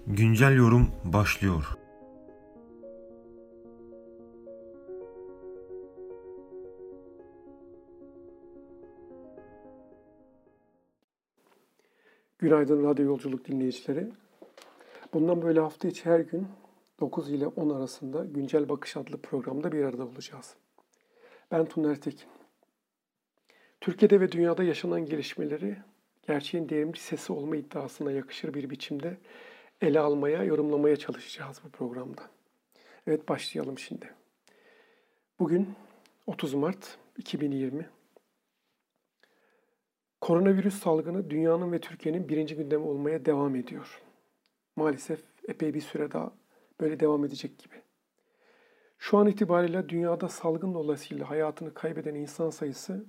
Güncel yorum başlıyor. Günaydın radyo yolculuk dinleyicileri. Bundan böyle hafta içi her gün 9 ile 10 arasında Güncel Bakış adlı programda bir arada olacağız. Ben Tuner Tekin. Türkiye'de ve dünyada yaşanan gelişmeleri gerçeğin devrimci sesi olma iddiasına yakışır bir biçimde ele almaya, yorumlamaya çalışacağız bu programda. Evet, başlayalım şimdi. Bugün 30 Mart 2020. Koronavirüs salgını dünyanın ve Türkiye'nin birinci gündemi olmaya devam ediyor. Maalesef epey bir süre daha böyle devam edecek gibi. Şu an itibariyle dünyada salgın dolayısıyla hayatını kaybeden insan sayısı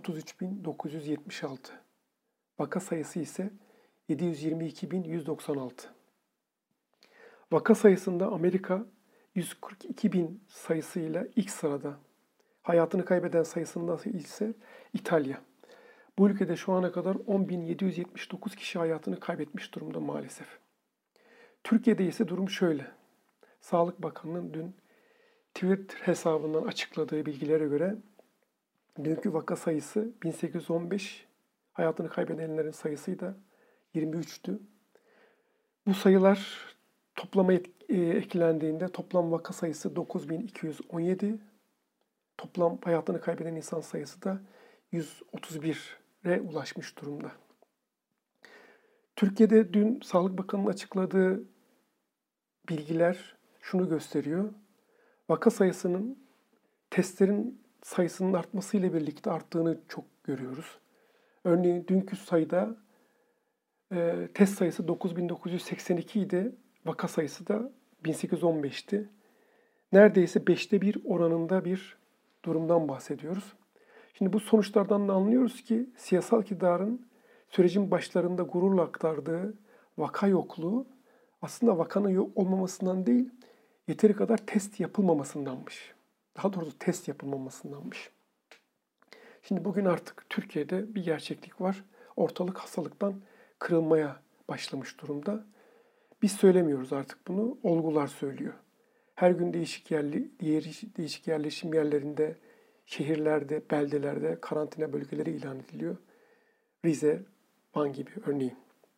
33.976. Vaka sayısı ise 722.196. Vaka sayısında Amerika 142.000 sayısıyla ilk sırada. Hayatını kaybeden sayısında ise İtalya. Bu ülkede şu ana kadar 10.779 kişi hayatını kaybetmiş durumda maalesef. Türkiye'de ise durum şöyle. Sağlık Bakanlığı'nın dün Twitter hesabından açıkladığı bilgilere göre dünkü vaka sayısı 1815, hayatını kaybedenlerin sayısı da 23'tü. Bu sayılar toplama eklendiğinde toplam vaka sayısı 9217, toplam hayatını kaybeden insan sayısı da 131'e ulaşmış durumda. Türkiye'de dün Sağlık Bakanı'nın açıkladığı bilgiler şunu gösteriyor. Vaka sayısının testlerin sayısının artmasıyla birlikte arttığını çok görüyoruz. Örneğin dünkü sayıda test sayısı 9.982 idi, vaka sayısı da 1815'ti. Neredeyse 5'te 1 oranında bir durumdan bahsediyoruz. Şimdi bu sonuçlardan da anlıyoruz ki siyasal iktidarın sürecin başlarında gururla aktardığı vaka yokluğu aslında vakanın yok olmamasından değil, yeteri kadar test yapılmamasındanmış. Daha doğrusu test yapılmamasındanmış. Şimdi bugün artık Türkiye'de bir gerçeklik var. Ortalık hastalıktan kırılmaya başlamış durumda. Biz söylemiyoruz artık bunu, olgular söylüyor. Her gün değişik yerleşim yerlerinde, şehirlerde, beldelerde karantina bölgeleri ilan ediliyor. Rize, Van gibi örneğin.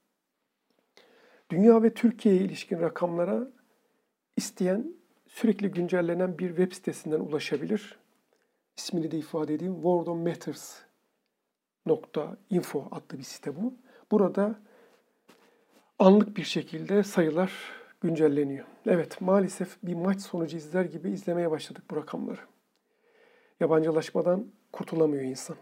Dünya ve Türkiye'ye ilişkin rakamlara isteyen sürekli güncellenen bir web sitesinden ulaşabilir. İsmini de ifade edeyim. worldomatters.info adlı bir site bu. Burada anlık bir şekilde sayılar güncelleniyor. Evet, maalesef bir maç sonucu izler gibi izlemeye başladık bu rakamları. Yabancılaşmadan kurtulamıyor insan.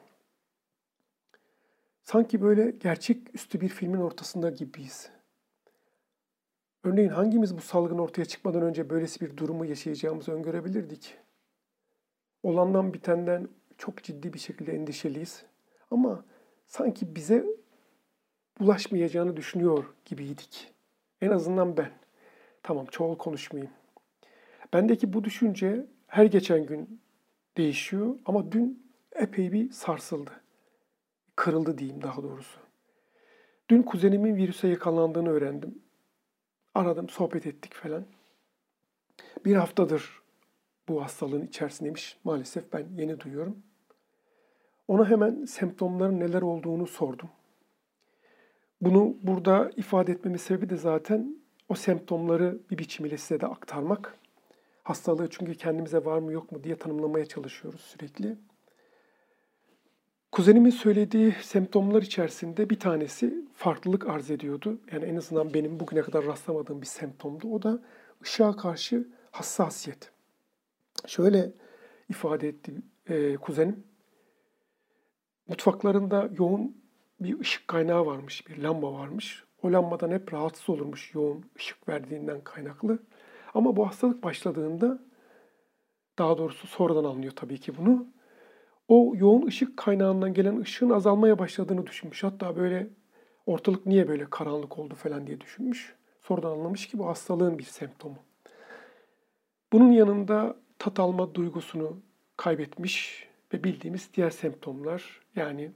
Sanki böyle gerçeküstü bir filmin ortasında gibiyiz. Örneğin hangimiz bu salgın ortaya çıkmadan önce böylesi bir durumu yaşayacağımızı öngörebilirdik? Olandan bitenden çok ciddi bir şekilde endişeliyiz. Ama sanki bize bulaşmayacağını düşünüyor gibiydik. En azından ben. Tamam, çoğul konuşmayayım. Bendeki bu düşünce her geçen gün değişiyor ama dün epey bir sarsıldı. Kırıldı diyeyim daha doğrusu. Dün kuzenimin virüse yakalandığını öğrendim. Aradım, sohbet ettik falan. Bir haftadır bu hastalığın içerisindeymiş. Maalesef ben yeni duyuyorum. Ona hemen semptomların neler olduğunu sordum. Bunu burada ifade etmemin sebebi de zaten o semptomları bir biçimiyle size de aktarmak. Hastalığı çünkü kendimize var mı yok mu diye tanımlamaya çalışıyoruz sürekli. Kuzenimin söylediği semptomlar içerisinde bir tanesi farklılık arz ediyordu. Yani en azından benim bugüne kadar rastlamadığım bir semptomdu. O da ışığa karşı hassasiyet. Şöyle ifade etti kuzenim. Mutfaklarında yoğun bir ışık kaynağı varmış, bir lamba varmış. O lambadan hep rahatsız olurmuş yoğun ışık verdiğinden kaynaklı. Ama bu hastalık başladığında, daha doğrusu sonradan anlıyor tabii ki bunu. O yoğun ışık kaynağından gelen ışığın azalmaya başladığını düşünmüş. Hatta böyle ortalık niye böyle karanlık oldu falan diye düşünmüş. Sonradan anlamış ki bu hastalığın bir semptomu. Bunun yanında tat alma duygusunu kaybetmiş ve bildiğimiz diğer semptomlar, yani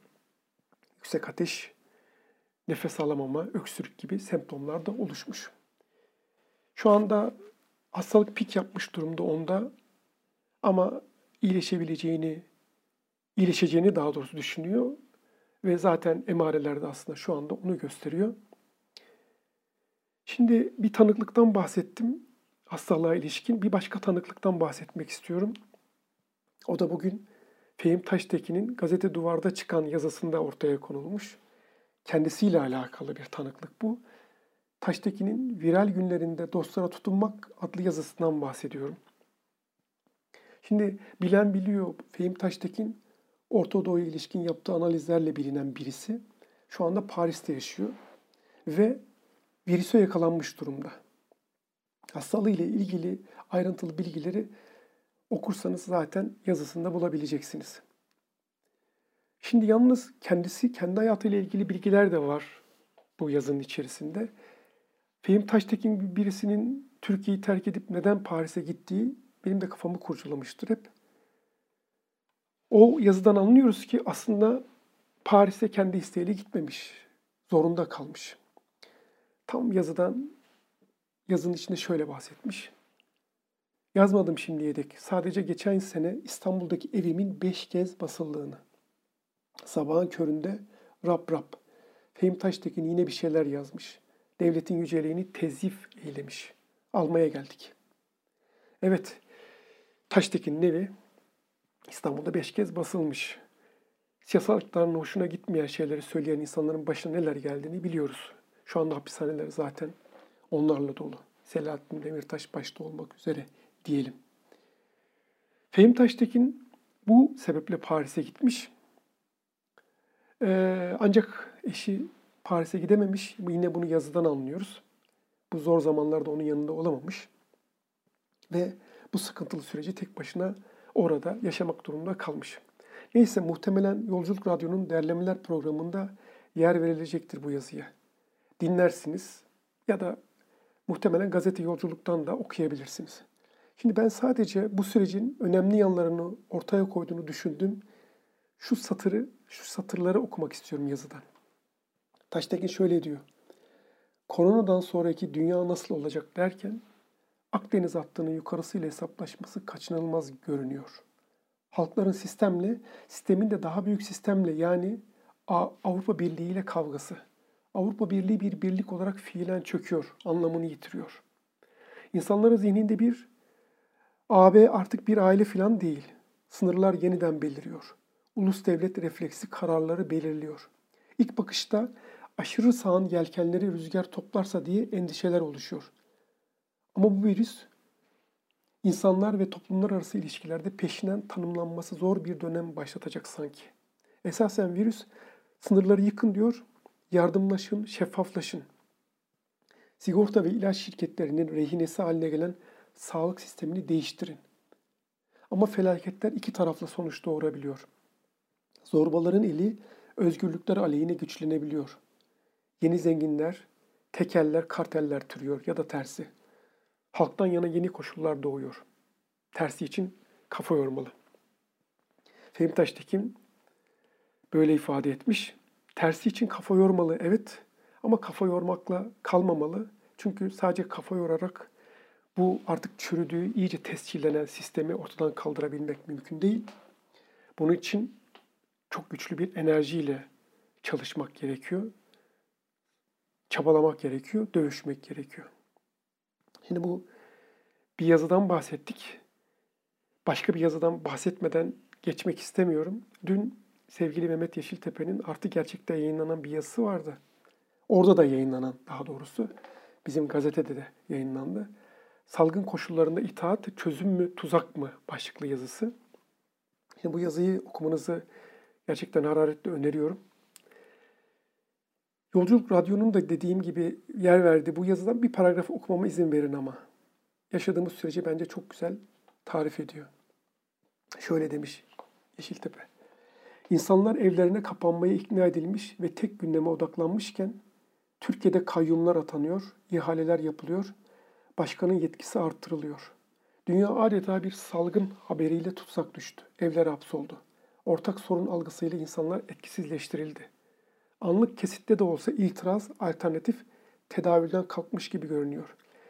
yüksek ateş, nefes alamama, öksürük gibi semptomlar da oluşmuş. Şu anda hastalık pik yapmış durumda onda ama iyileşeceğini daha doğrusu düşünüyor ve zaten emareler de aslında şu anda onu gösteriyor. Şimdi bir tanıklıktan bahsettim hastalığa ilişkin. Bir başka tanıklıktan bahsetmek istiyorum. O da bugün Fehim Taştekin'in Gazete Duvar'da çıkan yazısında ortaya konulmuş. Kendisiyle alakalı bir tanıklık bu. Taştekin'in Viral Günlerinde Dostlara Tutunmak adlı yazısından bahsediyorum. Şimdi bilen biliyor, Fehim Taştekin Orta Doğu'ya ilişkin yaptığı analizlerle bilinen birisi. Şu anda Paris'te yaşıyor ve virüse yakalanmış durumda. Hastalığı ile ilgili ayrıntılı bilgileri okursanız zaten yazısında bulabileceksiniz. Şimdi yalnız kendi hayatıyla ilgili bilgiler de var bu yazının içerisinde. Fehim Taştekin gibi birisinin Türkiye'yi terk edip neden Paris'e gittiği benim de kafamı kurcalamıştır hep. O yazıdan anlıyoruz ki aslında Paris'e kendi isteğiyle gitmemiş, zorunda kalmış. Tam yazının içinde şöyle bahsetmiş. Yazmadım şimdiye dek. Sadece geçen sene İstanbul'daki evimin 5 kez basıldığını. Sabahın köründe rap rap. Fehim Taştekin yine bir şeyler yazmış. Devletin yüceliğini tezif eylemiş. Almaya geldik. Evet, Taştekin'in evi İstanbul'da 5 kez basılmış. Siyasal iktidarın hoşuna gitmeyen şeyleri söyleyen insanların başına neler geldiğini biliyoruz. Şu anda hapishaneler zaten onlarla dolu. Selahattin Demirtaş başta olmak üzere diyelim. Fehim Taştekin bu sebeple Paris'e gitmiş. Ancak eşi Paris'e gidememiş. Yine bunu yazıdan anlıyoruz. Bu zor zamanlarda onun yanında olamamış. Ve bu sıkıntılı süreci tek başına orada yaşamak durumunda kalmış. Neyse muhtemelen Yolculuk Radyo'nun derlemeler programında yer verilecektir bu yazıya. Dinlersiniz ya da muhtemelen gazete Yolculuk'tan da okuyabilirsiniz. Şimdi ben sadece bu sürecin önemli yanlarını ortaya koyduğunu düşündüm. Şu satırları okumak istiyorum yazıdan. Taştekin şöyle diyor. Koronadan sonraki dünya nasıl olacak derken Akdeniz hattının yukarısıyla hesaplaşması kaçınılmaz görünüyor. Halkların sistemin de daha büyük sistemle yani Avrupa Birliği ile kavgası. Avrupa Birliği bir birlik olarak fiilen çöküyor, anlamını yitiriyor. İnsanların zihninde AB artık bir aile falan değil. Sınırlar yeniden beliriyor. Ulus devlet refleksi kararları belirliyor. İlk bakışta aşırı sağın yelkenleri rüzgar toplarsa diye endişeler oluşuyor. Ama bu virüs insanlar ve toplumlar arası ilişkilerde peşinen tanımlanması zor bir dönem başlatacak sanki. Esasen virüs sınırları yıkın diyor, yardımlaşın, şeffaflaşın. Sigorta ve ilaç şirketlerinin rehinesi haline gelen sağlık sistemini değiştirin. Ama felaketler iki taraflı sonuç doğurabiliyor. Zorbaların eli özgürlükler aleyhine güçlenebiliyor. Yeni zenginler, tekeller, karteller türüyor ya da tersi. Halktan yana yeni koşullar doğuyor. Tersi için kafa yormalı. Fehim Taştekin böyle ifade etmiş. Tersi için kafa yormalı, evet. Ama kafa yormakla kalmamalı. Çünkü sadece kafa yorarak bu artık çürüdüğü, iyice tescillenen sistemi ortadan kaldırabilmek mümkün değil. Bunun için çok güçlü bir enerjiyle çalışmak gerekiyor. Çabalamak gerekiyor, dövüşmek gerekiyor. Şimdi bu bir yazıdan bahsettik. Başka bir yazıdan bahsetmeden geçmek istemiyorum. Dün sevgili Mehmet Yeşiltepe'nin Artı Gerçek'te yayınlanan bir yazısı vardı. Orada da yayınlanan, daha doğrusu bizim gazetede de yayınlandı. Salgın koşullarında itaat çözüm mü tuzak mı başlıklı yazısı. Şimdi bu yazıyı okumanızı gerçekten hararetle öneriyorum. Yolculuk Radyo'nun da dediğim gibi yer verdiği bu yazıdan bir paragraf okumama izin verin ama. Yaşadığımız süreci bence çok güzel tarif ediyor. Şöyle demiş Yeşiltepe. İnsanlar evlerine kapanmaya ikna edilmiş ve tek gündeme odaklanmışken Türkiye'de kayyumlar atanıyor, ihaleler yapılıyor, başkanın yetkisi artırılıyor. Dünya adeta bir salgın haberiyle tutsak düştü. Evler hapsoldu. Ortak sorun algısıyla insanlar etkisizleştirildi. Anlık kesitte de olsa itiraz, alternatif tedavülden kalkmış gibi görünüyor.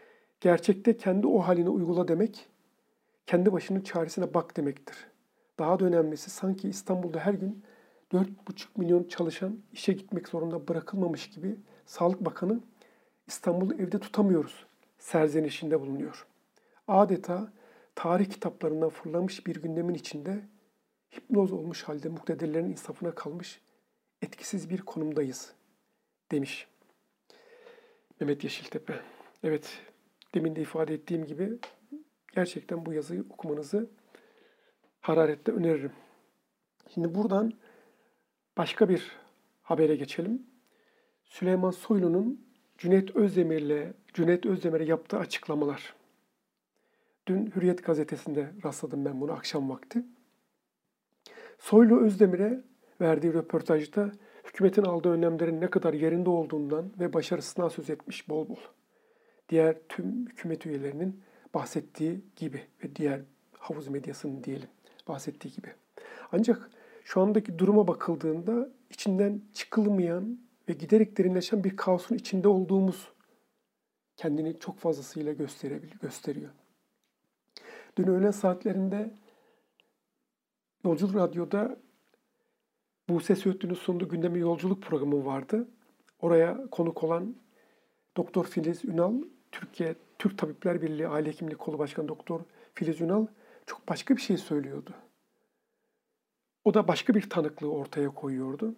Gerçekte kendi o haline uygula demek, kendi başının çaresine bak demektir. Daha da önemlisi sanki İstanbul'da her gün 4,5 milyon çalışan işe gitmek zorunda bırakılmamış gibi Sağlık Bakanı İstanbul'u evde tutamıyoruz serzenişinde bulunuyor. Adeta tarih kitaplarından fırlamış bir gündemin içinde hipnoz olmuş halde muktedirlerin insafına kalmış etkisiz bir konumdayız demiş Mehmet Yeşiltepe. Evet, demin de ifade ettiğim gibi gerçekten bu yazıyı okumanızı hararetle öneririm. Şimdi buradan başka bir habere geçelim. Süleyman Soylu'nun Cüneyt Özdemir'e yaptığı açıklamalar. Dün Hürriyet gazetesinde rastladım ben bunu akşam vakti. Soylu Özdemir'e verdiği röportajda hükümetin aldığı önlemlerin ne kadar yerinde olduğundan ve başarısından söz etmiş bol bol. Diğer tüm hükümet üyelerinin bahsettiği gibi ve diğer havuz medyasının diyelim bahsettiği gibi. Ancak şu andaki duruma bakıldığında içinden çıkılmayan ve giderek derinleşen bir kaosun içinde olduğumuz kendini çok fazlasıyla gösteriyor. Dün öğlen saatlerinde Yolculuk Radyo'da Buse Söğütlü'nün sunduğu gündemi yolculuk programı vardı. Oraya konuk olan Doktor Filiz Ünal, Türk Tabipler Birliği Aile Hekimliği Kolu Başkanı Doktor Filiz Ünal çok başka bir şey söylüyordu. O da başka bir tanıklığı ortaya koyuyordu.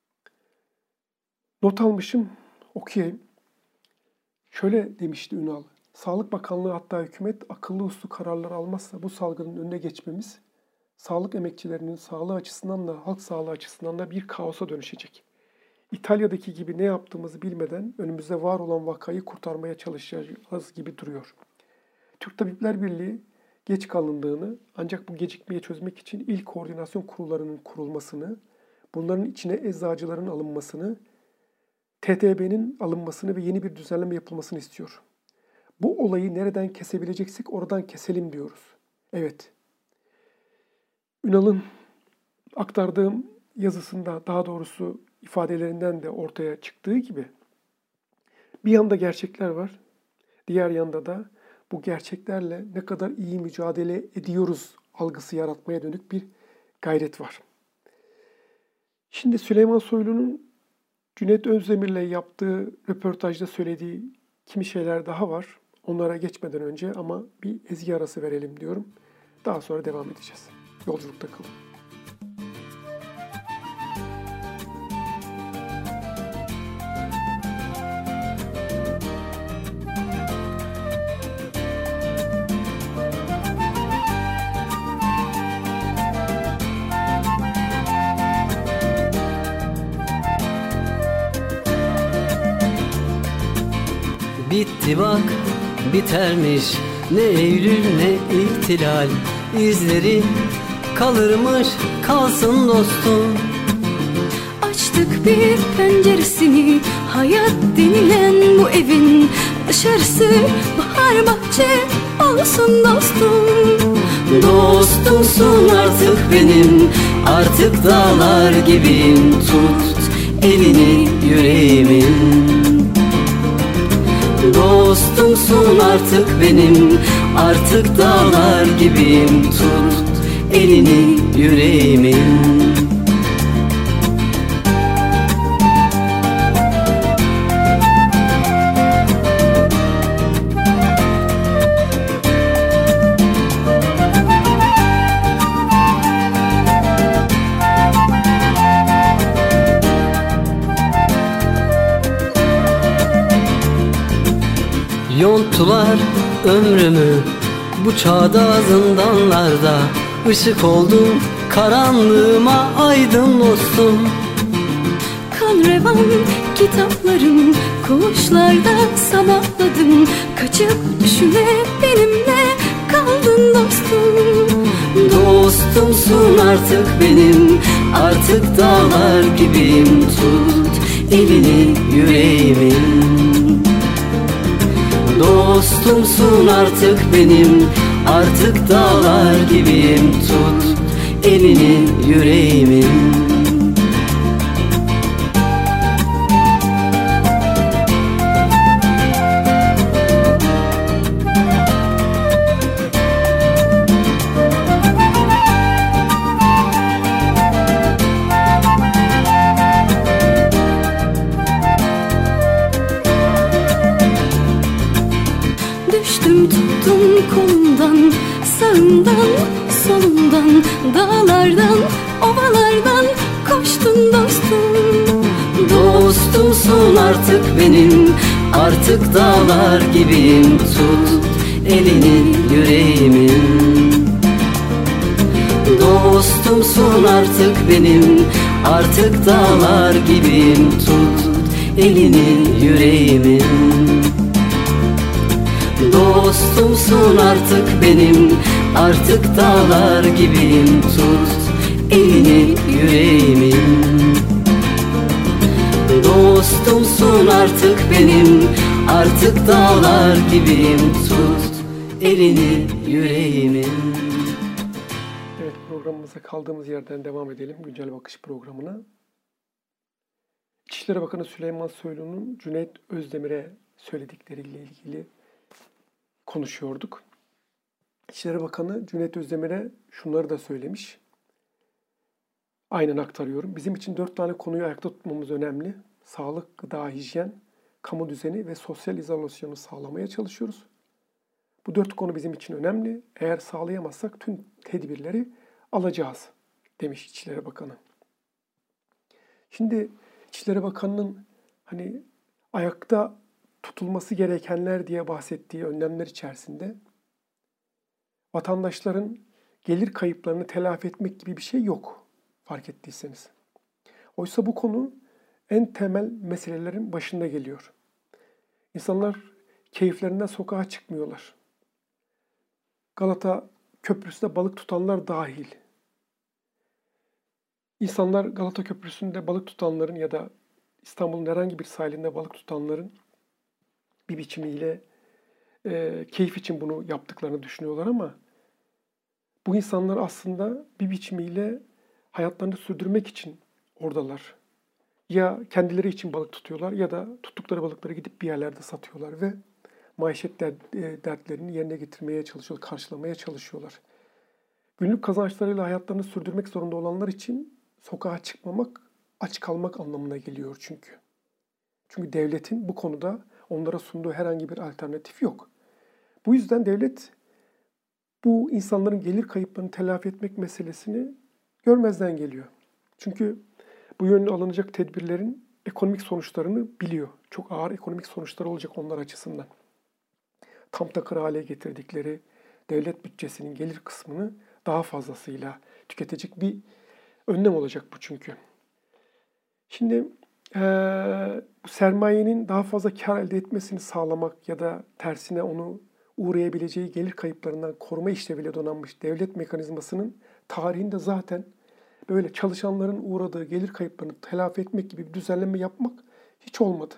Not almışım, okuyayım. Şöyle demişti Ünal, Sağlık Bakanlığı hatta hükümet akıllı uslu kararlar almazsa bu salgının önüne geçmemiz, sağlık emekçilerinin sağlığı açısından da halk sağlığı açısından da bir kaosa dönüşecek. İtalya'daki gibi ne yaptığımızı bilmeden önümüzde var olan vakayı kurtarmaya çalışacağız gibi duruyor. Türk Tabipler Birliği geç kalındığını ancak bu gecikmeyi çözmek için il koordinasyon kurullarının kurulmasını, bunların içine eczacıların alınmasını, TTB'nin alınmasını ve yeni bir düzenleme yapılmasını istiyor. Bu olayı nereden kesebileceksek oradan keselim diyoruz. Evet, Ünal'ın aktardığım yazısında, daha doğrusu ifadelerinden de ortaya çıktığı gibi bir yanda gerçekler var, diğer yanda da bu gerçeklerle ne kadar iyi mücadele ediyoruz algısı yaratmaya dönük bir gayret var. Şimdi Süleyman Soylu'nun Cüneyt Özdemir'le yaptığı röportajda söylediği kimi şeyler daha var. Onlara geçmeden önce ama bir ezgi arası verelim diyorum. Daha sonra devam edeceğiz. Yolculukta kalın. Bitti bak, bitermiş ne Eylül ne ihtilal, izleri kalırmış kalsın dostum. Açtık bir penceresini, hayat denilen bu evin, dışarısı bahar bahçe olsun dostum. Dostumsun artık benim, artık dağlar gibiyim. Tut elini yüreğimin. Dostumsun artık benim, artık dağlar gibiyim. Tut elini yüreğimin. Yonttular ömrümü bu çağda zindanlarda, ışık oldum karanlığıma aydın dostum. Kan revan kitaplarım, kuşlarda sabahladım. Kaçıp düşüme benimle kaldın dostum. Dostumsun artık benim, artık dağlar gibiyim. Tut elini yüreğimin. Dostumsun artık benim, artık dağlar gibiyim. Tut elini yüreğimin. Sağından, solundan, dağlardan, ovalardan koştun dostum. Dostumsun artık benim, artık dağlar gibiyim. Tut elini yüreğimin. Dostumsun artık benim, artık dağlar gibiyim. Tut elini yüreğimin. Dostumsun artık benim, artık dağlar gibiyim. Tut elini yüreğimin. Dostumsun artık benim, artık dağlar gibiyim. Tut elini yüreğimin. Evet, programımıza kaldığımız yerden devam edelim. Güncel Bakış programına. İçişleri Bakanı Süleyman Soylu'nun Cüneyt Özdemir'e söyledikleriyle ilgili konuşuyorduk. İçişleri Bakanı Cüneyt Özdemir'e şunları da söylemiş. Aynen aktarıyorum. Bizim için 4 tane konuyu ayakta tutmamız önemli. Sağlık, gıda, hijyen, kamu düzeni ve sosyal izolasyonu sağlamaya çalışıyoruz. Bu 4 konu bizim için önemli. Eğer sağlayamazsak tüm tedbirleri alacağız demiş İçişleri Bakanı. Şimdi İçişleri Bakanı'nın hani ayakta tutulması gerekenler diye bahsettiği önlemler içerisinde vatandaşların gelir kayıplarını telafi etmek gibi bir şey yok, fark ettiyseniz. Oysa bu konu en temel meselelerin başında geliyor. İnsanlar keyiflerinden sokağa çıkmıyorlar. Galata Köprüsü'nde balık tutanlar dahil. İnsanlar Galata Köprüsü'nde balık tutanların ya da İstanbul'un herhangi bir sahilinde balık tutanların bir biçimiyle keyif için bunu yaptıklarını düşünüyorlar ama bu insanlar aslında bir biçimiyle hayatlarını sürdürmek için oradalar. Ya kendileri için balık tutuyorlar ya da tuttukları balıkları gidip bir yerlerde satıyorlar ve maişet dertlerini yerine getirmeye çalışıyorlar, karşılamaya çalışıyorlar. Günlük kazançlarıyla hayatlarını sürdürmek zorunda olanlar için sokağa çıkmamak, aç kalmak anlamına geliyor çünkü. Çünkü devletin bu konuda onlara sunduğu herhangi bir alternatif yok. Bu yüzden devlet bu insanların gelir kayıplarını telafi etmek meselesini görmezden geliyor. Çünkü bu yönde alınacak tedbirlerin ekonomik sonuçlarını biliyor. Çok ağır ekonomik sonuçları olacak onlar açısından. Tam takır hale getirdikleri devlet bütçesinin gelir kısmını daha fazlasıyla tüketecek bir önlem olacak bu çünkü. Şimdi bu sermayenin daha fazla kar elde etmesini sağlamak ya da tersine onu uğrayabileceği gelir kayıplarından koruma işleviyle donanmış devlet mekanizmasının tarihinde zaten böyle çalışanların uğradığı gelir kayıplarını telafi etmek gibi bir düzenleme yapmak hiç olmadı.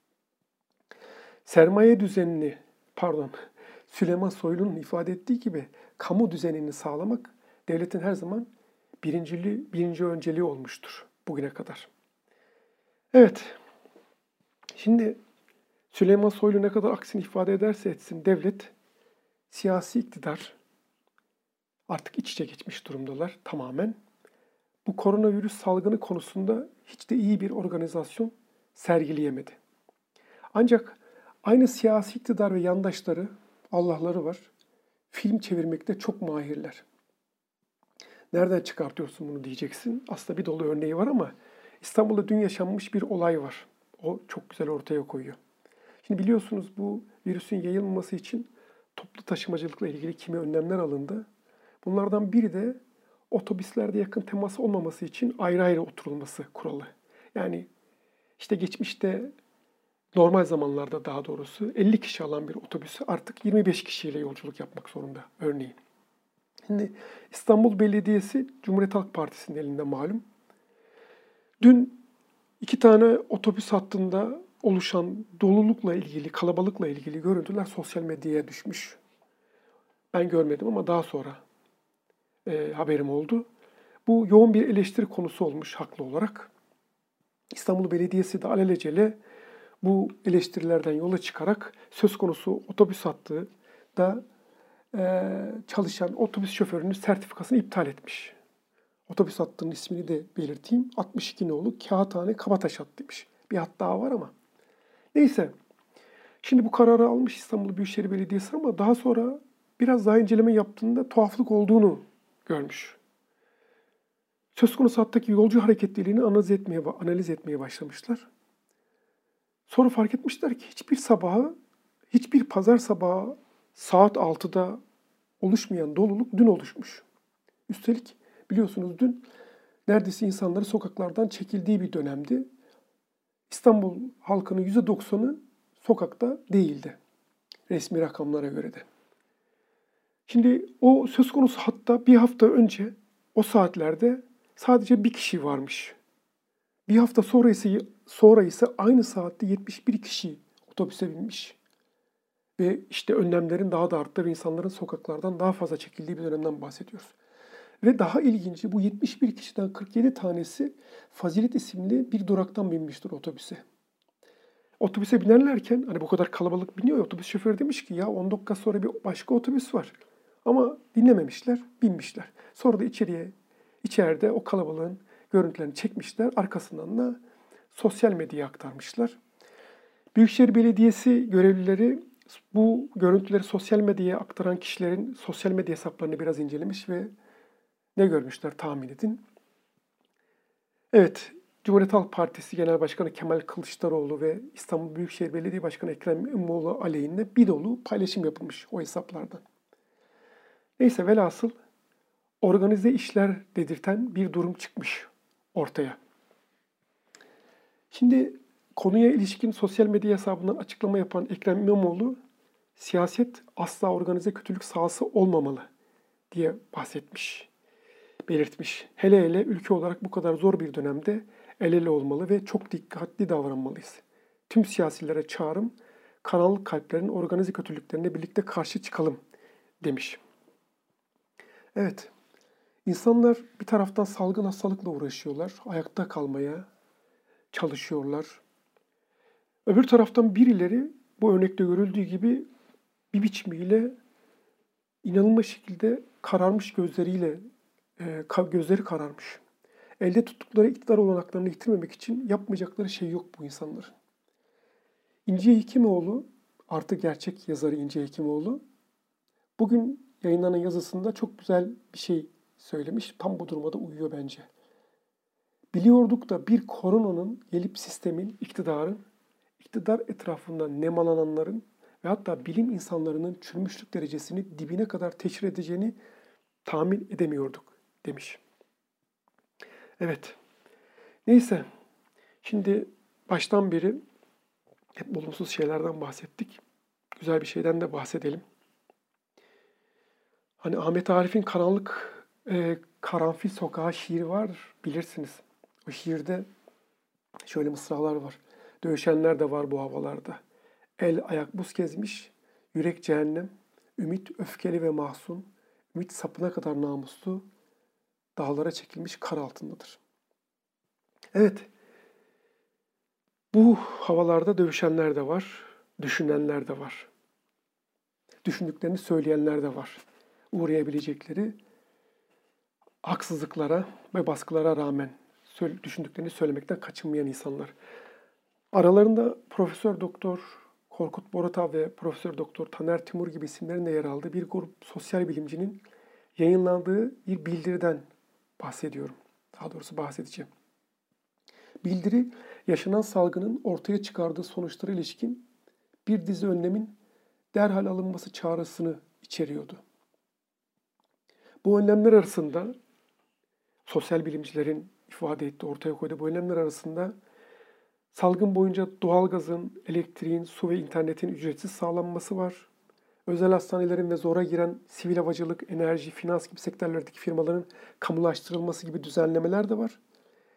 Sermaye düzenini, Süleyman Soylu'nun ifade ettiği gibi kamu düzenini sağlamak devletin her zaman birinci önceliği olmuştur bugüne kadar. Evet, şimdi Süleyman Soylu ne kadar aksini ifade ederse etsin devlet, siyasi iktidar artık iç içe geçmiş durumdalar tamamen. Bu koronavirüs salgını konusunda hiç de iyi bir organizasyon sergileyemedi. Ancak aynı siyasi iktidar ve yandaşları, Allah'ları var, film çevirmekte çok mahirler. Nereden çıkartıyorsun bunu diyeceksin. Aslında bir dolu örneği var ama İstanbul'da dün yaşanmış bir olay var. O çok güzel ortaya koyuyor. Şimdi biliyorsunuz bu virüsün yayılmaması için toplu taşımacılıkla ilgili kimi önlemler alındı. Bunlardan biri de otobüslerde yakın temas olmaması için ayrı ayrı oturulması kuralı. Yani işte geçmişte normal zamanlarda daha doğrusu 50 kişi alan bir otobüsü artık 25 kişiyle yolculuk yapmak zorunda örneğin. Şimdi İstanbul Belediyesi Cumhuriyet Halk Partisi'nin elinde malum. Dün 2 tane otobüs hattında oluşan dolulukla ilgili, kalabalıkla ilgili görüntüler sosyal medyaya düşmüş. Ben görmedim ama daha sonra haberim oldu. Bu yoğun bir eleştiri konusu olmuş haklı olarak. İstanbul Belediyesi de alelacele bu eleştirilerden yola çıkarak söz konusu otobüs hattı da çalışan otobüs şoförünün sertifikasını iptal etmiş. Otobüs hattının ismini de belirteyim. 62 nolu Kağıthane Kabataş hattıymış. Bir hat daha var ama. Neyse. Şimdi bu kararı almış İstanbul Büyükşehir Belediyesi ama daha sonra biraz daha inceleme yaptığında tuhaflık olduğunu görmüş. Söz konusu hattaki yolcu hareketliliğini analiz etmeye başlamışlar. Sonra fark etmişler ki hiçbir pazar sabahı saat 6'da oluşmayan doluluk dün oluşmuş. Üstelik biliyorsunuz dün neredeyse insanları sokaklardan çekildiği bir dönemdi. İstanbul halkının %90'ı sokakta değildi. Resmi rakamlara göre de. Şimdi o söz konusu hatta bir hafta önce o saatlerde sadece bir kişi varmış. Bir hafta sonra ise aynı saatte 71 kişi otobüse binmiş. Ve işte önlemlerin daha da arttığı ve insanların sokaklardan daha fazla çekildiği bir dönemden bahsediyoruz. Ve daha ilginci bu 71 kişiden 47 tanesi Fazilet isimli bir duraktan binmiştir otobüse. Otobüse binerlerken hani bu kadar kalabalık biniyor ya, otobüs şoförü demiş ki ya 10 dakika sonra bir başka otobüs var. Ama dinlememişler, binmişler. Sonra da içeride o kalabalığın görüntülerini çekmişler. Arkasından da sosyal medyaya aktarmışlar. Büyükşehir Belediyesi görevlileri bu görüntüleri sosyal medyaya aktaran kişilerin sosyal medya hesaplarını biraz incelemiş ve ne görmüşler tahmin edin. Evet, Cumhuriyet Halk Partisi Genel Başkanı Kemal Kılıçdaroğlu ve İstanbul Büyükşehir Belediye Başkanı Ekrem İmamoğlu aleyhine bir dolu paylaşım yapılmış o hesaplardan. Neyse velhasıl organize işler dedirten bir durum çıkmış ortaya. Şimdi konuya ilişkin sosyal medya hesabından açıklama yapan Ekrem İmamoğlu, siyaset asla organize kötülük sahası olmamalı diye belirtmiş. Hele hele ülke olarak bu kadar zor bir dönemde el ele olmalı ve çok dikkatli davranmalıyız. Tüm siyasilere çağrım, karanlık kalplerin organize kötülüklerine birlikte karşı çıkalım demiş. Evet, insanlar bir taraftan salgın hastalıkla uğraşıyorlar, ayakta kalmaya çalışıyorlar. Öbür taraftan birileri bu örnekte görüldüğü gibi bir biçimiyle inanılmaz şekilde kararmış gözleri kararmış. Elde tuttukları iktidar olanaklarını yitirmemek için yapmayacakları şey yok bu insanların. İnce Hekimoğlu, artı gerçek yazarı İnce Hekimoğlu, bugün yayınlanan yazısında çok güzel bir şey söylemiş. Tam bu duruma da uyuyor bence. Biliyorduk da bir koronanın gelip sistemin, iktidar etrafından nemalananların ve hatta bilim insanlarının çürümüşlük derecesini dibine kadar teşhir edeceğini tahmin edemiyorduk demiş. Evet. Neyse. Şimdi baştan beri hep olumsuz şeylerden bahsettik. Güzel bir şeyden de bahsedelim. Hani Ahmet Arif'in Karanfil Sokağı şiiri var, bilirsiniz. O şiirde şöyle mısralar var. Dövüşenler de var bu havalarda. El ayak buz gezmiş, yürek cehennem, ümit öfkeli ve mahzun, ümit sapına kadar namuslu, dağlara çekilmiş kar altındadır. Evet, bu havalarda dövüşenler de var, düşünenler de var. Düşündüklerini söyleyenler de var. Uğrayabilecekleri haksızlıklara ve baskılara rağmen düşündüklerini söylemekten kaçınmayan insanlar. Aralarında Profesör Doktor Korkut Boratav ve Profesör Doktor Taner Timur gibi isimlerin de yer aldığı bir grup sosyal bilimcinin yayınlandığı bir bildiriden bahsediyorum. Daha doğrusu bahsedeceğim. Bildiri, yaşanan salgının ortaya çıkardığı sonuçlara ilişkin bir dizi önlemin derhal alınması çağrısını içeriyordu. Bu önlemler arasında sosyal bilimcilerin ifade ettiği, ortaya koyduğu bu önlemler arasında salgın boyunca doğalgazın, elektriğin, su ve internetin ücretsiz sağlanması var. Özel hastanelerin ve zora giren sivil havacılık, enerji, finans gibi sektörlerdeki firmaların kamulaştırılması gibi düzenlemeler de var.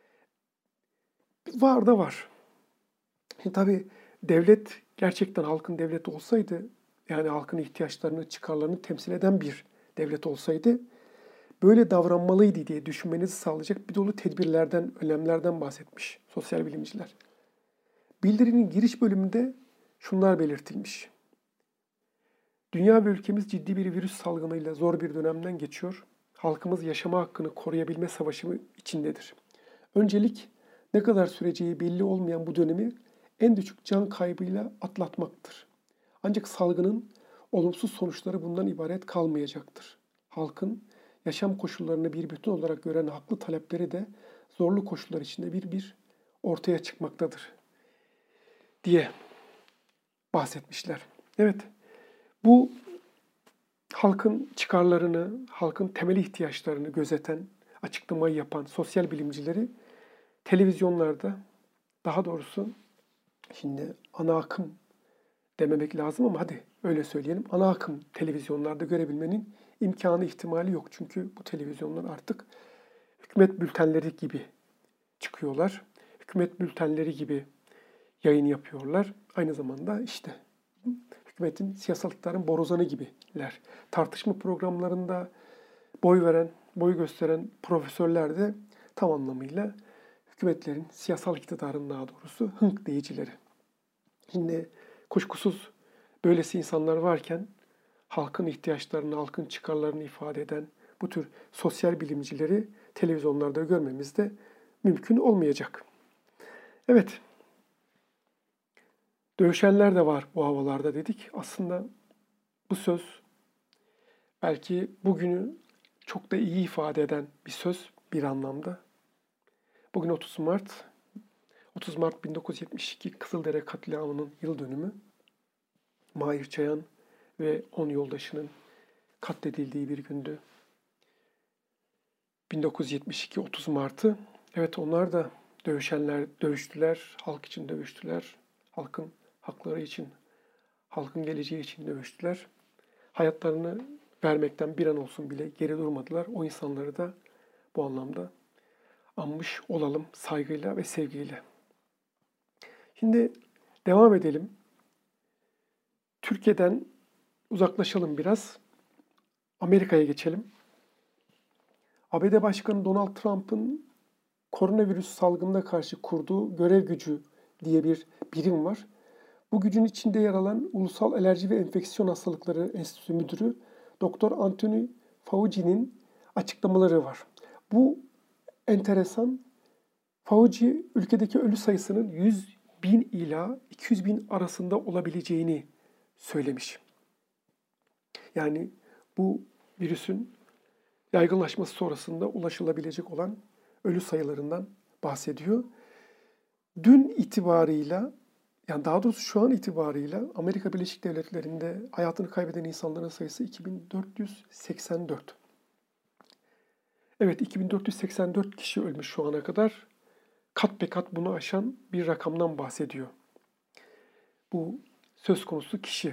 Var da var. Tabii devlet gerçekten halkın devleti olsaydı, yani halkın ihtiyaçlarını, çıkarlarını temsil eden bir devlet olsaydı, böyle davranmalıydı diye düşünmenizi sağlayacak bir dolu tedbirlerden, önlemlerden bahsetmiş sosyal bilimciler. Bildirinin giriş bölümünde şunlar belirtilmiş. Dünya ve ülkemiz ciddi bir virüs salgınıyla zor bir dönemden geçiyor. Halkımız yaşama hakkını koruyabilme savaşı içindedir. Öncelik ne kadar süreceği belli olmayan bu dönemi en düşük can kaybıyla atlatmaktır. Ancak salgının olumsuz sonuçları bundan ibaret kalmayacaktır. Halkın yaşam koşullarını bir bütün olarak gören haklı talepleri de zorlu koşullar içinde bir ortaya çıkmaktadır diye bahsetmişler. Evet, bu halkın çıkarlarını, halkın temel ihtiyaçlarını gözeten, açıklamayı yapan sosyal bilimcileri televizyonlarda, daha doğrusu şimdi ana akım dememek lazım ama hadi öyle söyleyelim. Ana akım televizyonlarda görebilmenin imkanı, ihtimali yok. Çünkü bu televizyonlar artık hükümet bültenleri gibi çıkıyorlar. Hükümet bültenleri gibi yayın yapıyorlar. Aynı zamanda işte hükümetin, siyasal iktidarın borazanı gibiler. Tartışma programlarında boy gösteren profesörler de tam anlamıyla hükümetlerin, siyasal iktidarın daha doğrusu hınk deyicileri. Şimdi kuşkusuz böylesi insanlar varken halkın ihtiyaçlarını, halkın çıkarlarını ifade eden bu tür sosyal bilimcileri televizyonlarda görmemiz de mümkün olmayacak. Evet, dövüşenler de var bu havalarda dedik. Aslında bu söz belki bugünü çok da iyi ifade eden bir söz bir anlamda. Bugün 30 Mart 1972 Kızıldere katliamının yıl dönümü. Mahir Çayan ve 10 yoldaşının katledildiği bir gündü. 1972 30 Mart'ı. Evet, onlar da dövüştüler, halk için dövüştüler. Halkın hakları için, halkın geleceği için dövüştüler. Hayatlarını vermekten bir an olsun bile geri durmadılar. O insanları da bu anlamda anmış olalım saygıyla ve sevgiyle. Şimdi devam edelim. Türkiye'den uzaklaşalım biraz. Amerika'ya geçelim. ABD Başkanı Donald Trump'ın koronavirüs salgınına karşı kurduğu görev gücü diye bir birim var. Bu gücün içinde yer alan Ulusal Alerji ve Enfeksiyon Hastalıkları Enstitüsü Müdürü Dr. Anthony Fauci'nin açıklamaları var. Bu enteresan. Fauci ülkedeki ölü sayısının 100.000 ila 200.000 arasında olabileceğini söylemiş. Yani bu virüsün yaygınlaşması sonrasında ulaşılabilecek olan ölü sayılarından bahsediyor. Dün itibarıyla, yani daha doğrusu şu an itibarıyla Amerika Birleşik Devletleri'nde hayatını kaybeden insanların sayısı 2484. Evet, 2484 kişi ölmüş şu ana kadar. Kat be kat bunu aşan bir rakamdan bahsediyor. Bu söz konusu kişi.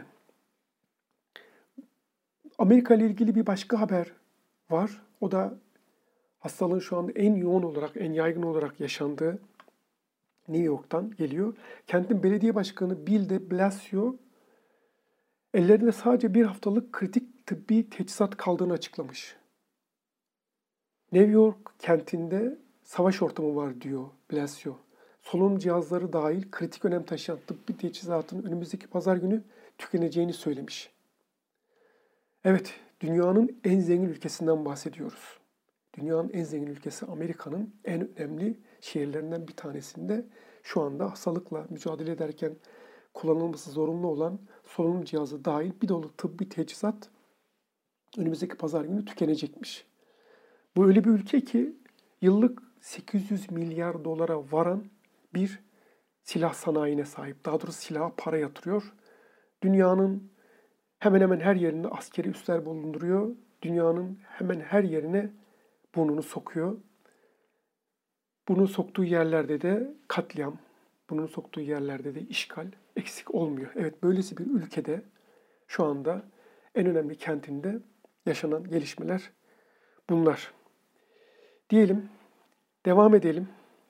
Amerika ile ilgili bir başka haber var. O da hastalığın şu anda en yoğun olarak, en yaygın olarak yaşandığı New York'tan geliyor. Kentin belediye başkanı Bill de Blasio ellerinde sadece bir haftalık kritik tıbbi teçhizat kaldığını açıklamış. New York kentinde savaş ortamı var diyor Blasio. Solunum cihazları dahil kritik önem taşıyan tıbbi teçhizatın önümüzdeki pazar günü tükeneceğini söylemiş. Evet, dünyanın en zengin ülkesinden bahsediyoruz. Dünyanın en zengin ülkesi Amerika'nın en önemli şehirlerinden bir tanesinde şu anda hastalıkla mücadele ederken kullanılması zorunlu olan solunum cihazı dahil bir dolu tıbbi teçhizat önümüzdeki pazar günü tükenecekmiş. Bu öyle bir ülke ki yıllık 800 milyar dolara varan bir silah sanayine sahip. Daha doğrusu silaha para yatırıyor. Dünyanın hemen hemen her yerinde askeri üsler bulunduruyor. Dünyanın hemen her yerine burnunu sokuyor. Bunu soktuğu yerlerde de katliam, bunun soktuğu yerlerde de işgal eksik olmuyor. Evet, böylesi bir ülkede şu anda en önemli kentinde yaşanan gelişmeler bunlar. Diyelim, devam edelim.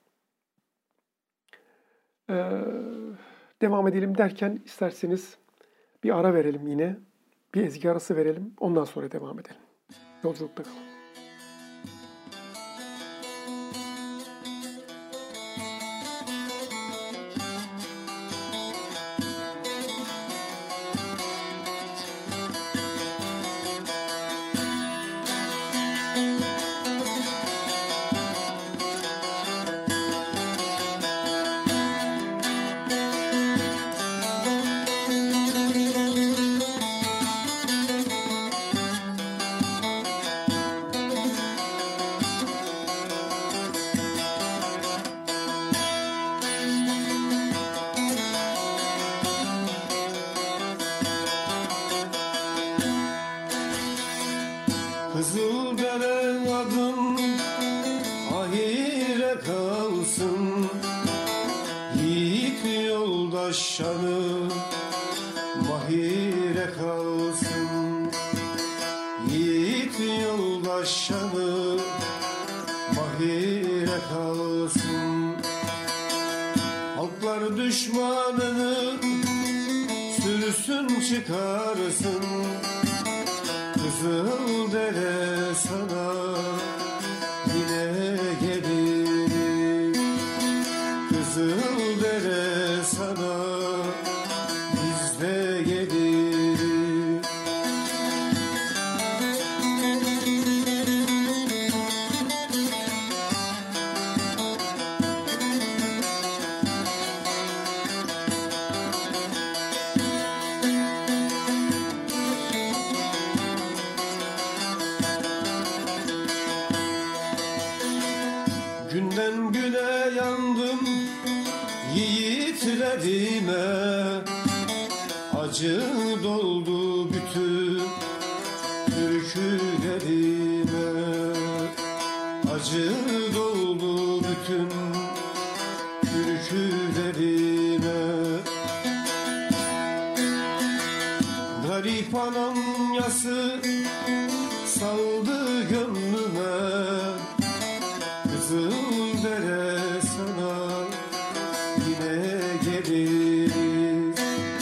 Devam edelim derken isterseniz bir ara verelim yine. Bir ezgi arası verelim. Ondan sonra devam edelim. Yolculukta kalın. yoldaş şanı mahire kalsın. Yiğit yoldaş şanı mahire kalsın. Halklar düşmanını sürsün çıkarsın. Kızıldere sana yine gelir. Kızıldere sana biz de gelir. Günden güne yandım yiğitlerime, acı doldu bütün türkülerime. Acı doldu bütün türkülerime. Garip anam yası saldı gönlüme. Kızıldere sana yine gelir.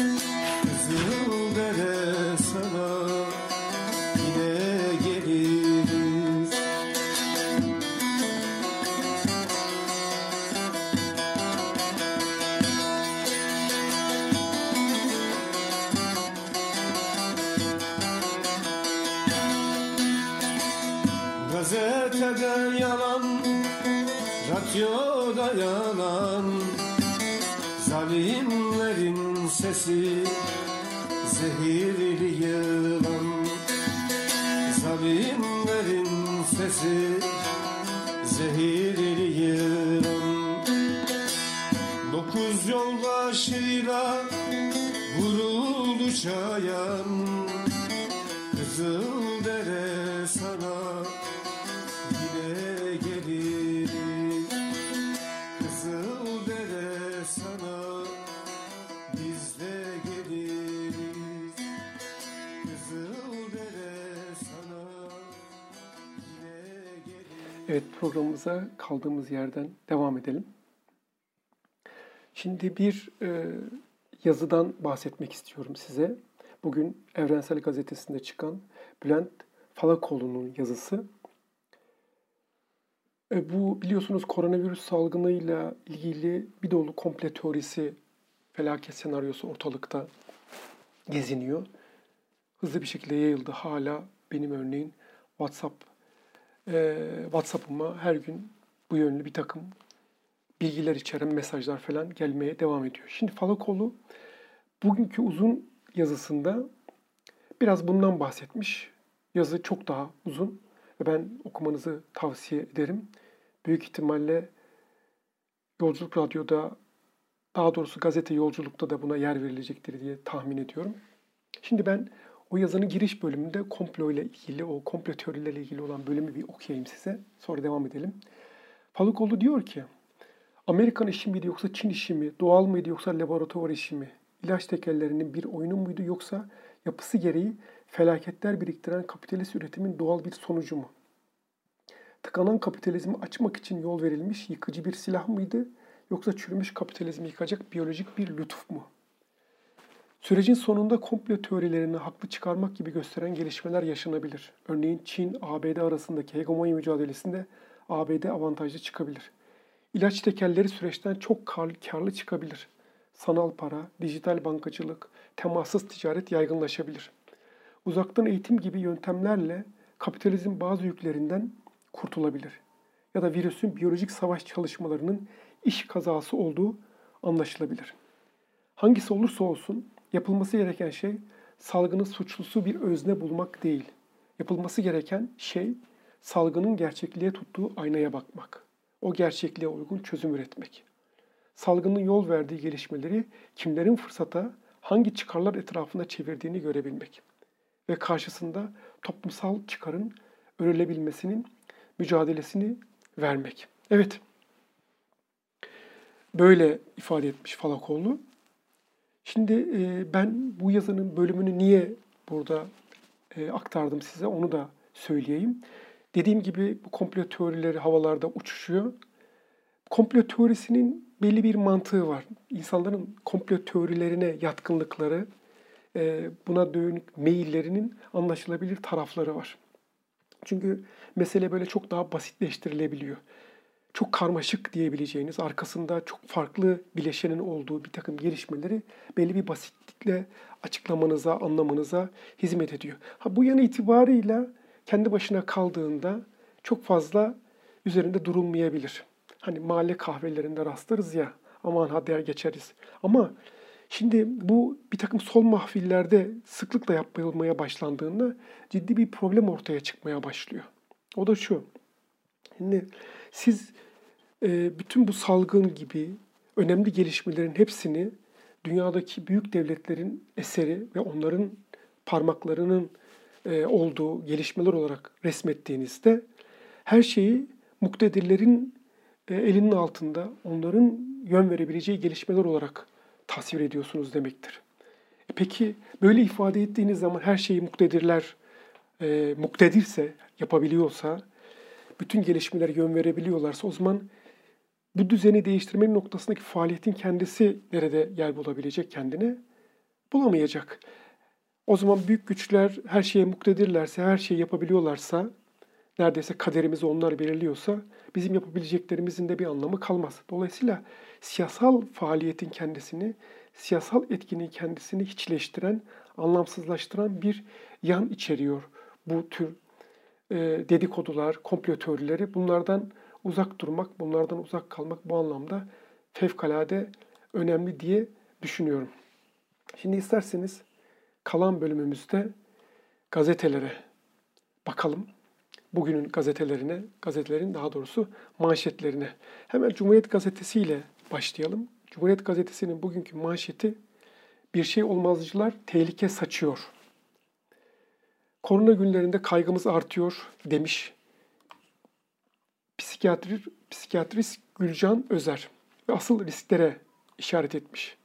Kızıldere sana yine gelir. Gazetede yalan, radyoda yalan, zalimlerin sesi zehirli yılan. Zalimlerin sesi zehirli yılan. 9 yoldaşıyla vuruldu çayan. Kızıldere sana yine gelir. Kızıldere sana biz de geliriz. Kızıldere sana yine geliriz. Evet, programımıza kaldığımız yerden devam edelim. Şimdi bir yazıdan bahsetmek istiyorum size. Bugün Evrensel Gazetesi'nde çıkan Bülent Falakoğlu'nun yazısı. Bu biliyorsunuz koronavirüs salgınıyla ilgili bir dolu komple teorisi, felaket senaryosu ortalıkta geziniyor. Hızlı bir şekilde yayıldı. Hala benim örneğin WhatsApp'ıma her gün bu yönlü bir takım bilgiler içeren mesajlar falan gelmeye devam ediyor. Şimdi Falakoğlu bugünkü uzun yazısında biraz bundan bahsetmiş. Yazı çok daha uzun ve ben okumanızı tavsiye ederim. Büyük ihtimalle Yolculuk Radyo'da, daha doğrusu Gazete Yolculuk'ta da buna yer verilecektir diye tahmin ediyorum. Şimdi ben o yazının giriş bölümünde komplo ile ilgili, o komplo teorileriyle ilgili olan bölümü bir okuyayım size. Sonra devam edelim. Falakoğlu diyor ki, Amerikan işi miydi yoksa Çin işi mi, doğal mıydı yoksa laboratuvar işi mi, ilaç tekellerinin bir oyunu muydu yoksa yapısı gereği felaketler biriktiren kapitalist üretimin doğal bir sonucu mu? Tıkanan kapitalizmi açmak için yol verilmiş yıkıcı bir silah mıydı yoksa çürümüş kapitalizmi yıkacak biyolojik bir lütuf mu? Sürecin sonunda komplo teorilerini haklı çıkarmak gibi gösteren gelişmeler yaşanabilir. Örneğin Çin-ABD arasındaki hegemonya mücadelesinde ABD avantajlı çıkabilir. İlaç tekelleri süreçten çok karlı çıkabilir. Sanal para, dijital bankacılık, temassız ticaret yaygınlaşabilir. Uzaktan eğitim gibi yöntemlerle kapitalizm bazı yüklerinden kurtulabilir. Ya da virüsün biyolojik savaş çalışmalarının iş kazası olduğu anlaşılabilir. Hangisi olursa olsun yapılması gereken şey salgının suçlusu bir özne bulmak değil. Yapılması gereken şey salgının gerçekliğe tuttuğu aynaya bakmak. O gerçekliğe uygun çözüm üretmek. Salgının yol verdiği gelişmeleri kimlerin fırsata, hangi çıkarlar etrafında çevirdiğini görebilmek. Ve karşısında toplumsal çıkarın örülebilmesinin mücadelesini vermek. Evet, böyle ifade etmiş Falakoğlu. Şimdi ben bu yazının bölümünü niye burada aktardım size onu da söyleyeyim. Dediğim gibi bu komplo teorileri havalarda uçuşuyor. Komplo teorisinin belli bir mantığı var. İnsanların komplo teorilerine yatkınlıkları, buna dönük meyillerinin anlaşılabilir tarafları var. Çünkü mesele böyle çok daha basitleştirilebiliyor. Çok karmaşık diyebileceğiniz, arkasında çok farklı bileşenin olduğu bir takım gelişmeleri belli bir basitlikle açıklamanıza, anlamanıza hizmet ediyor. Bu yan itibarıyla kendi başına kaldığında çok fazla üzerinde durulmayabilir. Hani mahalle kahvelerinde rastlarız ya, aman hadi der geçeriz. Ama şimdi bu bir takım sol mahfillerde sıklıkla yapılmaya başlandığında ciddi bir problem ortaya çıkmaya başlıyor. O da şu, şimdi siz bütün bu salgın gibi önemli gelişmelerin hepsini dünyadaki büyük devletlerin eseri ve onların parmaklarının olduğu gelişmeler olarak resmettiğinizde her şeyi muktedirlerin elinin altında onların yön verebileceği gelişmeler olarak tasvir ediyorsunuz demektir. Peki böyle ifade ettiğiniz zaman her şeyi muktedirler muktedirse, yapabiliyorsa, bütün gelişmeler yön verebiliyorlarsa o zaman bu düzeni değiştirmenin noktasındaki faaliyetin kendisi nerede yer bulabilecek kendine? Bulamayacak. O zaman büyük güçler her şeye muktedirlerse, her şeyi yapabiliyorlarsa, neredeyse kaderimizi onlar belirliyorsa bizim yapabileceklerimizin de bir anlamı kalmaz. Dolayısıyla siyasal faaliyetin kendisini, siyasal etkinin kendisini hiçleştiren, anlamsızlaştıran bir yan içeriyor bu tür dedikodular, komplo teorileri. Bunlardan uzak durmak, bunlardan uzak kalmak bu anlamda fevkalade önemli diye düşünüyorum. Şimdi isterseniz kalan bölümümüzde gazetelere bakalım. Bugünün gazetelerine, gazetelerin daha doğrusu manşetlerine. Hemen Cumhuriyet Gazetesi ile başlayalım. Cumhuriyet Gazetesi'nin bugünkü manşeti "Bir şey olmazcılar tehlike saçıyor. Korona günlerinde kaygımız artıyor" demiş psikiyatrist Gülcan Özer ve asıl risklere işaret etmiş.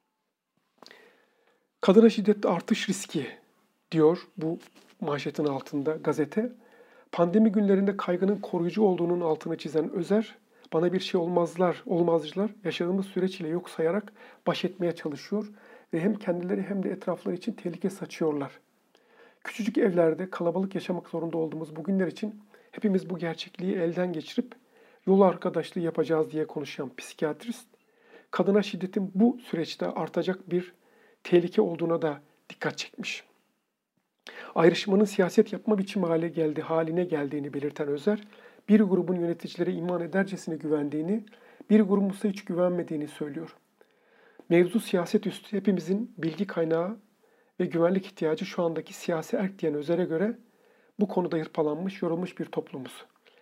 Kadına şiddette artış riski diyor bu manşetin altında gazete. Pandemi günlerinde kaygının koruyucu olduğunun altını çizen Özer, bana bir şey olmazcılar yaşadığımız süreç ile yok sayarak baş etmeye çalışıyor ve hem kendileri hem de etrafları için tehlike saçıyorlar. Küçücük evlerde kalabalık yaşamak zorunda olduğumuz bu günler için hepimiz bu gerçekliği elden geçirip yol arkadaşlığı yapacağız diye konuşan psikiyatrist, kadına şiddetin bu süreçte artacak bir tehlike olduğuna da dikkat çekmiş. Ayrışmanın siyaset yapma biçimi haline geldiğini belirten Özer, bir grubun yöneticilere iman edercesine güvendiğini, bir grubun ise hiç güvenmediğini söylüyor. Mevzu siyaset üstü, hepimizin bilgi kaynağı ve güvenlik ihtiyacı şu andaki siyasi erk diyen Özer'e göre bu konuda hırpalanmış, yorulmuş bir toplumuz.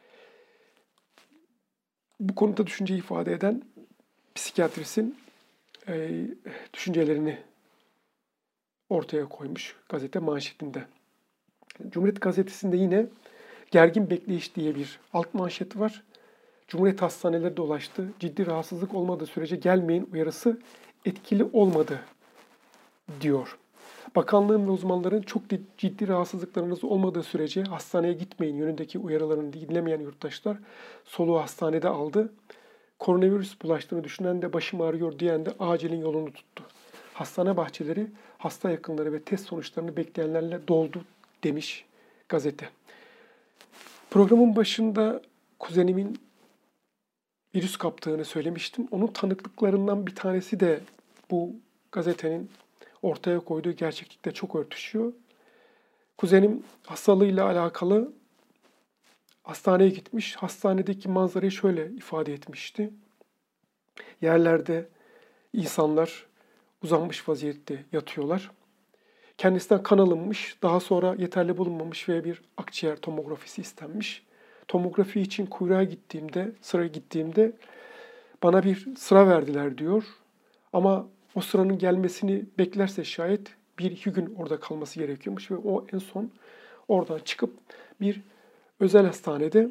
Bu konuda düşünce ifade eden psikiyatristin düşüncelerini ortaya koymuş gazete manşetinde. Cumhuriyet Gazetesi'nde yine gergin bekleyiş diye bir alt manşet var. Cumhuriyet hastaneleri dolaştı. Ciddi rahatsızlık olmadığı sürece gelmeyin uyarısı etkili olmadı diyor. Bakanlığın ve uzmanların çok ciddi rahatsızlıklarınız olmadığı sürece hastaneye gitmeyin yönündeki uyarılarını dinlemeyen yurttaşlar soluğu hastanede aldı. Koronavirüs bulaştığını düşünen de başım ağrıyor diyen de acilin yolunu tuttu. Hastane bahçeleri, hasta yakınları ve test sonuçlarını bekleyenlerle doldu demiş gazete. Programın başında kuzenimin virüs kaptığını söylemiştim. Onun tanıklıklarından bir tanesi de bu gazetenin ortaya koyduğu gerçeklikle çok örtüşüyor. Kuzenim hastalığıyla alakalı hastaneye gitmiş. Hastanedeki manzarayı şöyle ifade etmişti. Yerlerde insanlar uzanmış vaziyette yatıyorlar. Kendisinden kan alınmış, daha sonra yeterli bulunmamış ve bir akciğer tomografisi istenmiş. Tomografi için sıraya gittiğimde bana bir sıra verdiler diyor. Ama o sıranın gelmesini beklerse şayet 1-2 gün orada kalması gerekiyormuş ve o en son oradan çıkıp bir özel hastanede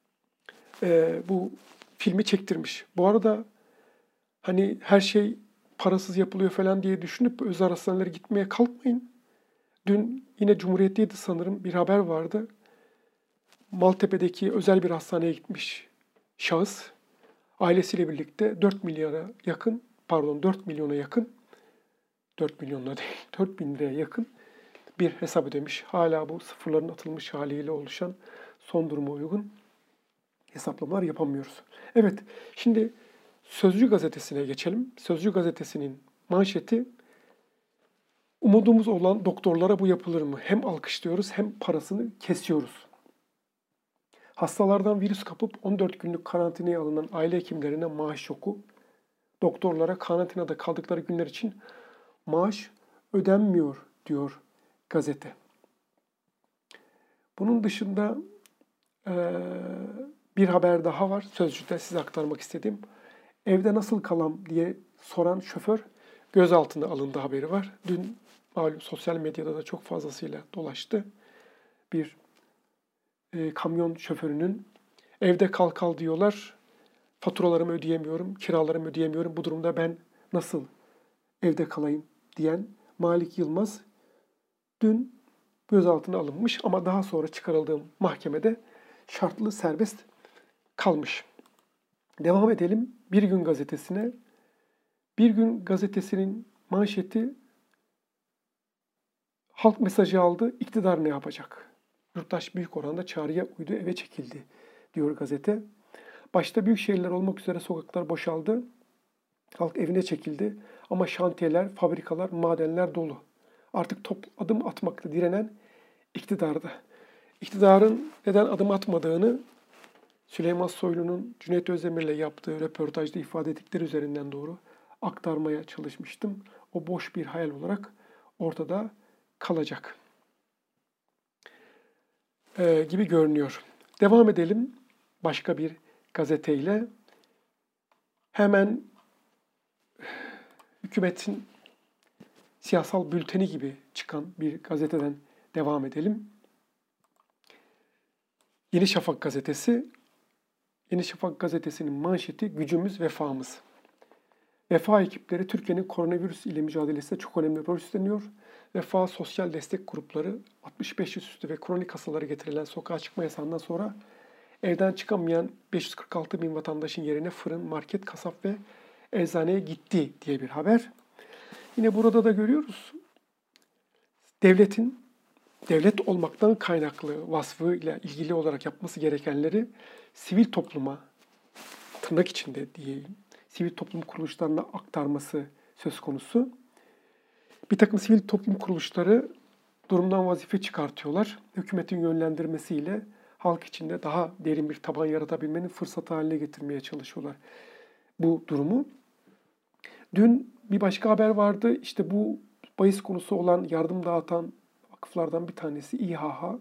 bu filmi çektirmiş. Bu arada hani her şey parasız yapılıyor falan diye düşünüp özel hastanelere gitmeye kalkmayın. Dün yine Cumhuriyet'teydi sanırım, bir haber vardı. Maltepe'deki özel bir hastaneye gitmiş şahıs ailesiyle birlikte 4 milyona yakın, 4 milyona yakın, 4 milyonla değil, 4 bin liraya yakın bir hesap ödemiş. Hala bu sıfırların atılmış haliyle oluşan son duruma uygun hesaplamalar yapamıyoruz. Evet, şimdi Sözcü gazetesine geçelim. Sözcü gazetesinin manşeti, umudumuz olan doktorlara bu yapılır mı? Hem alkışlıyoruz hem parasını kesiyoruz. Hastalardan virüs kapıp 14 günlük karantinaya alınan aile hekimlerine maaş şoku. Doktorlara karantinada kaldıkları günler için maaş ödenmiyor diyor gazete. Bunun dışında bir haber daha var. Sözcü'de size aktarmak istediğim. Evde nasıl kalam diye soran şoför gözaltına alındı haberi var. Dün malum sosyal medyada da çok fazlasıyla dolaştı. Bir kamyon şoförünün evde kal diyorlar. Faturalarımı ödeyemiyorum, kiralarımı ödeyemiyorum. Bu durumda ben nasıl evde kalayım diyen Malik Yılmaz dün gözaltına alınmış ama daha sonra çıkarıldığı mahkemede şartlı serbest kalmış. Devam edelim Bir Gün gazetesine. Bir Gün gazetesinin manşeti, halk mesajı aldı, iktidar ne yapacak? Yurttaş büyük oranda çağrıya uydu, eve çekildi diyor gazete. Başta büyük şehirler olmak üzere sokaklar boşaldı. Halk evine çekildi ama şantiyeler, fabrikalar, madenler dolu. Artık adım atmakta direnen iktidarda. İktidarın neden adım atmadığını Süleyman Soylu'nun Cüneyt Özdemir'le yaptığı röportajda ifade ettikleri üzerinden doğru aktarmaya çalışmıştım. O boş bir hayal olarak ortada kalacak gibi görünüyor. Devam edelim başka bir gazeteyle. Hemen hükümetin siyasal bülteni gibi çıkan bir gazeteden devam edelim. Yeni Şafak gazetesi. Yeni Şafak gazetesinin manşeti gücümüz, vefamız. Vefa ekipleri Türkiye'nin koronavirüs ile mücadelesinde çok önemli rol üstleniyor. Vefa sosyal destek grupları 65 yaş üstü ve kronik hastaları getirilen sokağa çıkma yasağından sonra evden çıkamayan 546 bin vatandaşın yerine fırın, market, kasap ve eczaneye gitti diye bir haber. Yine burada da görüyoruz. Devletin devlet olmaktan kaynaklı vasfıyla ilgili olarak yapması gerekenleri sivil topluma, tırnak içinde diyeyim, sivil toplum kuruluşlarına aktarması söz konusu. Bir takım sivil toplum kuruluşları durumdan vazife çıkartıyorlar. Hükümetin yönlendirmesiyle halk içinde daha derin bir taban yaratabilmenin fırsatı haline getirmeye çalışıyorlar bu durumu. Dün bir başka haber vardı. İşte bu bahis konusu olan yardım dağıtan vakıflardan bir tanesi İHH.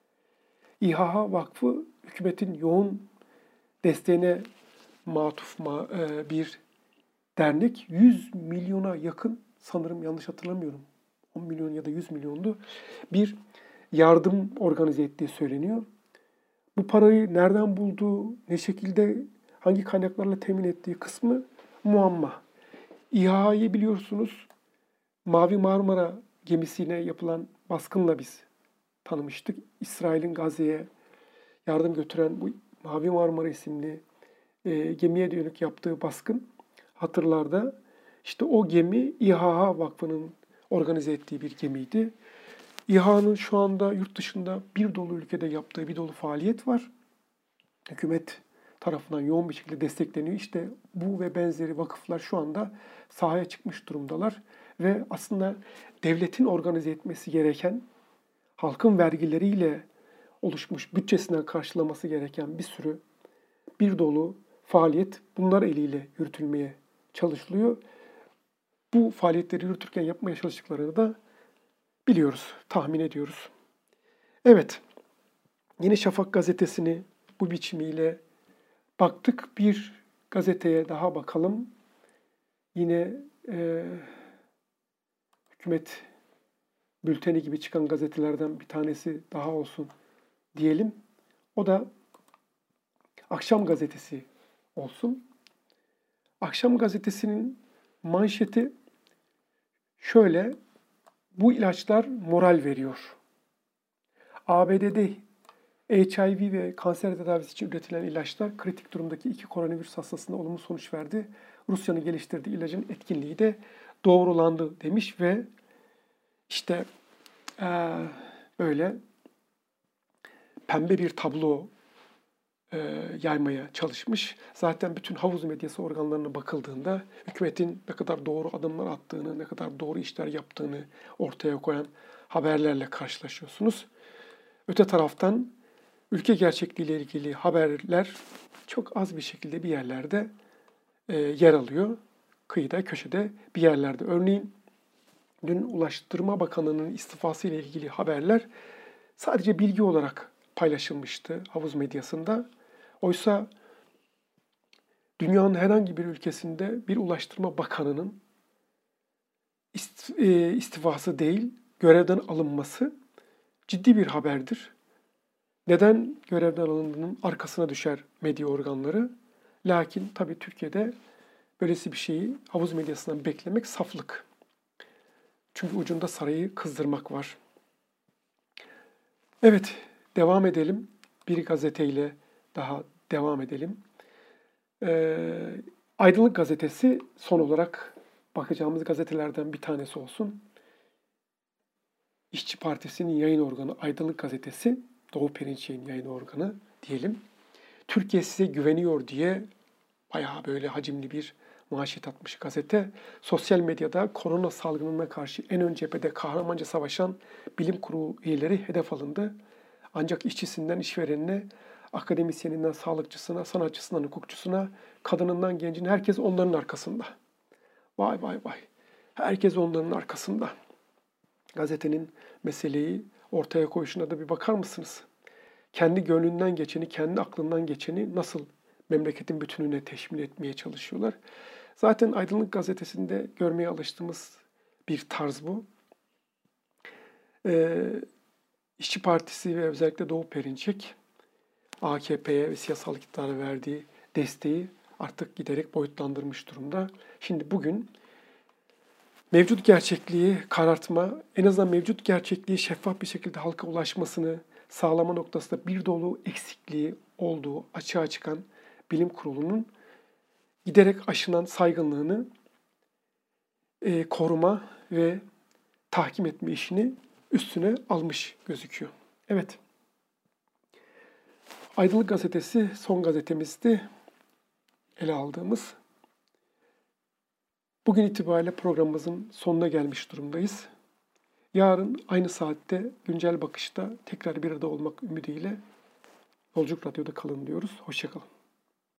İHH Vakfı hükümetin yoğun desteğine matuf bir dernek. 100 milyona yakın, sanırım yanlış hatırlamıyorum, 10 milyon ya da 100 milyonlu bir yardım organize ettiği söyleniyor. Bu parayı nereden bulduğu, ne şekilde, hangi kaynaklarla temin ettiği kısmı muamma. İHH'yi biliyorsunuz, Mavi Marmara gemisine yapılan baskınla biz tanımıştık. İsrail'in Gazze'ye yardım götüren bu Mavi Marmara isimli gemiye dönük yaptığı baskın hatırlarda. İşte o gemi İHH Vakfı'nın organize ettiği bir gemiydi. İHH'nın şu anda yurt dışında bir dolu ülkede yaptığı bir dolu faaliyet var. Hükümet tarafından yoğun bir şekilde destekleniyor. İşte bu ve benzeri vakıflar şu anda sahaya çıkmış durumdalar. Ve aslında devletin organize etmesi gereken, halkın vergileriyle oluşmuş bütçesinden karşılaması gereken bir dolu faaliyet bunlar eliyle yürütülmeye çalışılıyor. Bu faaliyetleri yürütürken yapmaya çalıştıklarını da biliyoruz, tahmin ediyoruz. Evet, Yeni Şafak gazetesini bu biçimiyle baktık. Bir gazeteye daha bakalım. Yine hükümet bülteni gibi çıkan gazetelerden bir tanesi daha olsun diyelim. O da Akşam Gazetesi olsun. Akşam Gazetesi'nin manşeti şöyle: bu ilaçlar moral veriyor. ABD'de HIV ve kanser tedavisi için üretilen ilaçlar kritik durumdaki 2 koronavirüs hastasında olumlu sonuç verdi. Rusya'nın geliştirdiği ilacın etkinliği de doğrulandı demiş ve işte böyle pembe bir tablo yaymaya çalışmış. Zaten bütün havuz medyası organlarına bakıldığında hükümetin ne kadar doğru adımlar attığını, ne kadar doğru işler yaptığını ortaya koyan haberlerle karşılaşıyorsunuz. Öte taraftan ülke gerçekliğiyle ilgili haberler çok az bir şekilde bir yerlerde yer alıyor. Kıyıda, köşede bir yerlerde. Örneğin dün Ulaştırma Bakanı'nın istifası ile ilgili haberler sadece bilgi olarak paylaşılmıştı havuz medyasında. Oysa dünyanın herhangi bir ülkesinde bir Ulaştırma Bakanı'nın istifası değil, görevden alınması ciddi bir haberdir. Neden görevden alındığının arkasına düşer medya organları. Lakin tabii Türkiye'de böylesi bir şeyi havuz medyasından beklemek saflık. Çünkü ucunda sarayı kızdırmak var. Evet, devam edelim. Bir gazeteyle daha devam edelim. Aydınlık Gazetesi son olarak bakacağımız gazetelerden bir tanesi olsun. İşçi Partisi'nin yayın organı Aydınlık Gazetesi, Doğu Perinçek'in yayın organı diyelim. Türkiye size güveniyor diye bayağı böyle hacimli bir manşet atmış gazete. Sosyal medyada korona salgınına karşı en ön cephede kahramanca savaşan bilim kurulu üyeleri hedef alındı. Ancak işçisinden işverenine, akademisyeninden sağlıkçısına, sanatçısından hukukçusuna, kadınından gencine herkes onların arkasında. Vay vay vay. Herkes onların arkasında. Gazetenin meseleyi ortaya koyuşuna da bir bakar mısınız? Kendi gönlünden geçeni, kendi aklından geçeni nasıl memleketin bütününe teşmil etmeye çalışıyorlar. Zaten Aydınlık Gazetesi'nde görmeye alıştığımız bir tarz bu. İşçi Partisi ve özellikle Doğu Perinçek, AKP'ye ve siyasal iktidara verdiği desteği artık giderek boyutlandırmış durumda. Şimdi bugün mevcut gerçekliği karartma, en azından mevcut gerçekliği şeffaf bir şekilde halka ulaşmasını sağlama noktasında bir dolu eksikliği olduğu açığa çıkan bilim kurulunun giderek aşınan saygınlığını koruma ve tahkim etme işini üstüne almış gözüküyor. Evet. Aydınlık Gazetesi son gazetemizdi ele aldığımız. Bugün itibariyle programımızın sonuna gelmiş durumdayız. Yarın aynı saatte Güncel Bakış'ta tekrar bir arada olmak ümidiyle Yolculuk Radyo'da kalın diyoruz. Hoşça kalın.